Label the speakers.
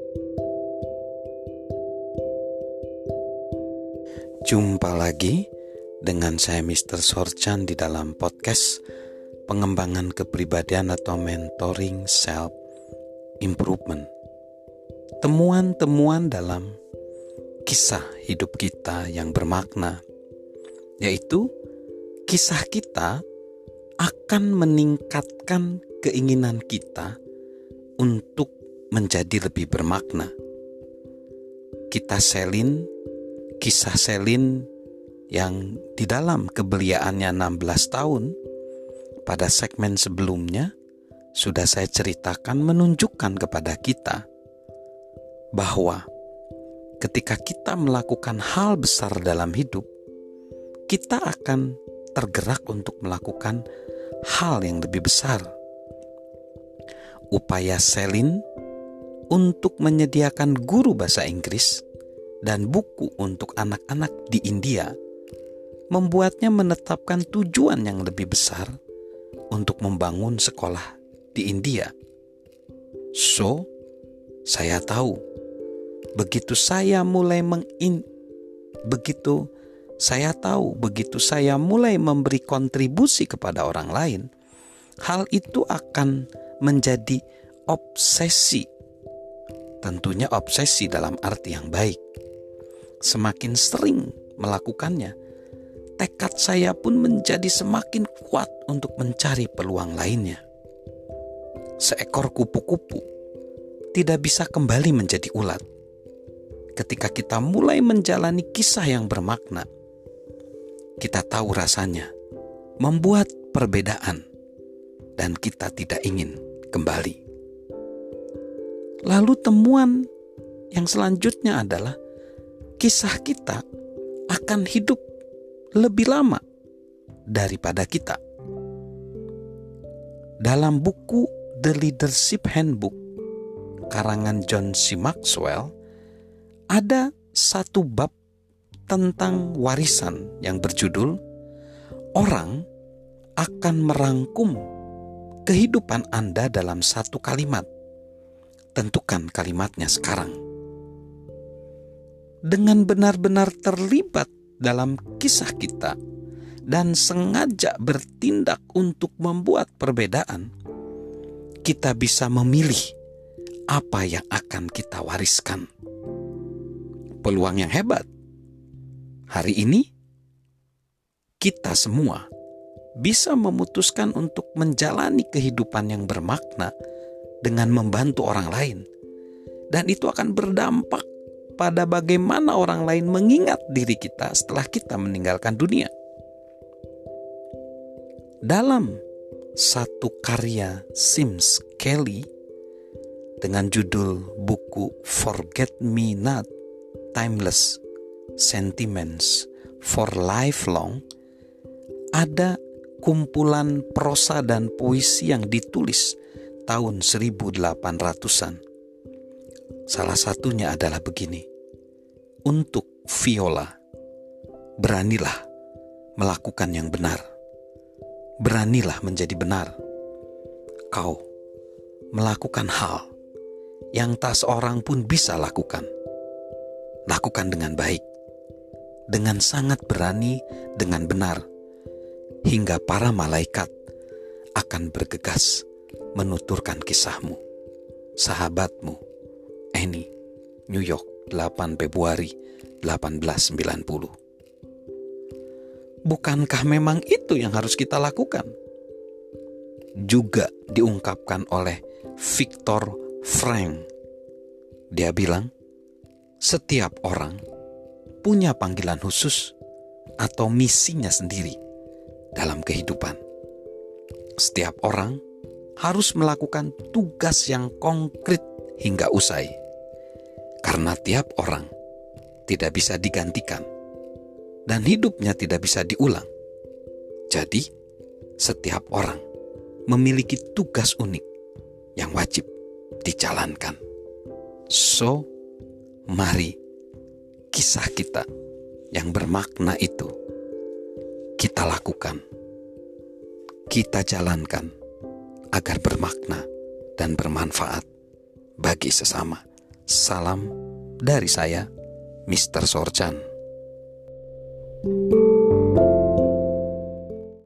Speaker 1: Jumpa lagi dengan saya Mr. Sorchan di dalam podcast pengembangan kepribadian atau mentoring self improvement. Temuan-temuan dalam kisah hidup kita yang bermakna, yaitu kisah kita akan meningkatkan keinginan kita untuk menjadi lebih bermakna. Kisah Selin yang di dalam kebeliaannya 16 tahun pada segmen sebelumnya sudah saya ceritakan, menunjukkan kepada kita bahwa ketika kita melakukan hal besar dalam hidup, kita akan tergerak untuk melakukan hal yang lebih besar. Upaya Selin untuk menyediakan guru bahasa Inggris dan buku untuk anak-anak di India membuatnya menetapkan tujuan yang lebih besar untuk membangun sekolah di India. So, saya tahu begitu saya mulai memberi kontribusi kepada orang lain, hal itu akan menjadi obsesi. Tentunya obsesi dalam arti yang baik. Semakin sering melakukannya, tekad saya pun menjadi semakin kuat untuk mencari peluang lainnya. Seekor kupu-kupu tidak bisa kembali menjadi ulat. Ketika kita mulai menjalani kisah yang bermakna, kita tahu rasanya membuat perbedaan dan kita tidak ingin kembali. Lalu temuan yang selanjutnya adalah kisah kita akan hidup lebih lama daripada kita. Dalam buku The Leadership Handbook karangan John C. Maxwell, ada satu bab tentang warisan yang berjudul "Orang akan merangkum kehidupan Anda dalam satu kalimat. Tentukan kalimatnya sekarang." Dengan benar-benar terlibat dalam kisah kita dan sengaja bertindak untuk membuat perbedaan, kita bisa memilih apa yang akan kita wariskan. Peluang yang hebat. Hari ini, kita semua bisa memutuskan untuk menjalani kehidupan yang bermakna dengan membantu orang lain. Dan itu akan berdampak pada bagaimana orang lain mengingat diri kita setelah kita meninggalkan dunia. Dalam satu karya Sims Kelly dengan judul buku Forget Me Not, Timeless Sentiments for Lifelong, ada kumpulan prosa dan puisi yang ditulis tahun 1800-an. Salah satunya adalah begini: untuk Viola, beranilah melakukan yang benar. Beranilah menjadi benar. Kau melakukan hal yang tak seorang pun bisa lakukan. Lakukan dengan baik, dengan sangat berani, dengan benar, hingga para malaikat akan bergegas menuturkan kisahmu. Sahabatmu, Annie, New York, 8 Februari 1890. Bukankah memang itu yang harus kita lakukan? Juga diungkapkan oleh Viktor Frankl. Dia bilang, setiap orang punya panggilan khusus atau misinya sendiri dalam kehidupan. Setiap orang harus melakukan tugas yang konkret hingga usai. Karena tiap orang tidak bisa digantikan dan hidupnya tidak bisa diulang. Jadi, setiap orang memiliki tugas unik yang wajib dijalankan. So, mari kisah kita yang bermakna itu kita lakukan, kita jalankan agar bermakna dan bermanfaat bagi sesama. Salam dari saya, Mr. Sorchan.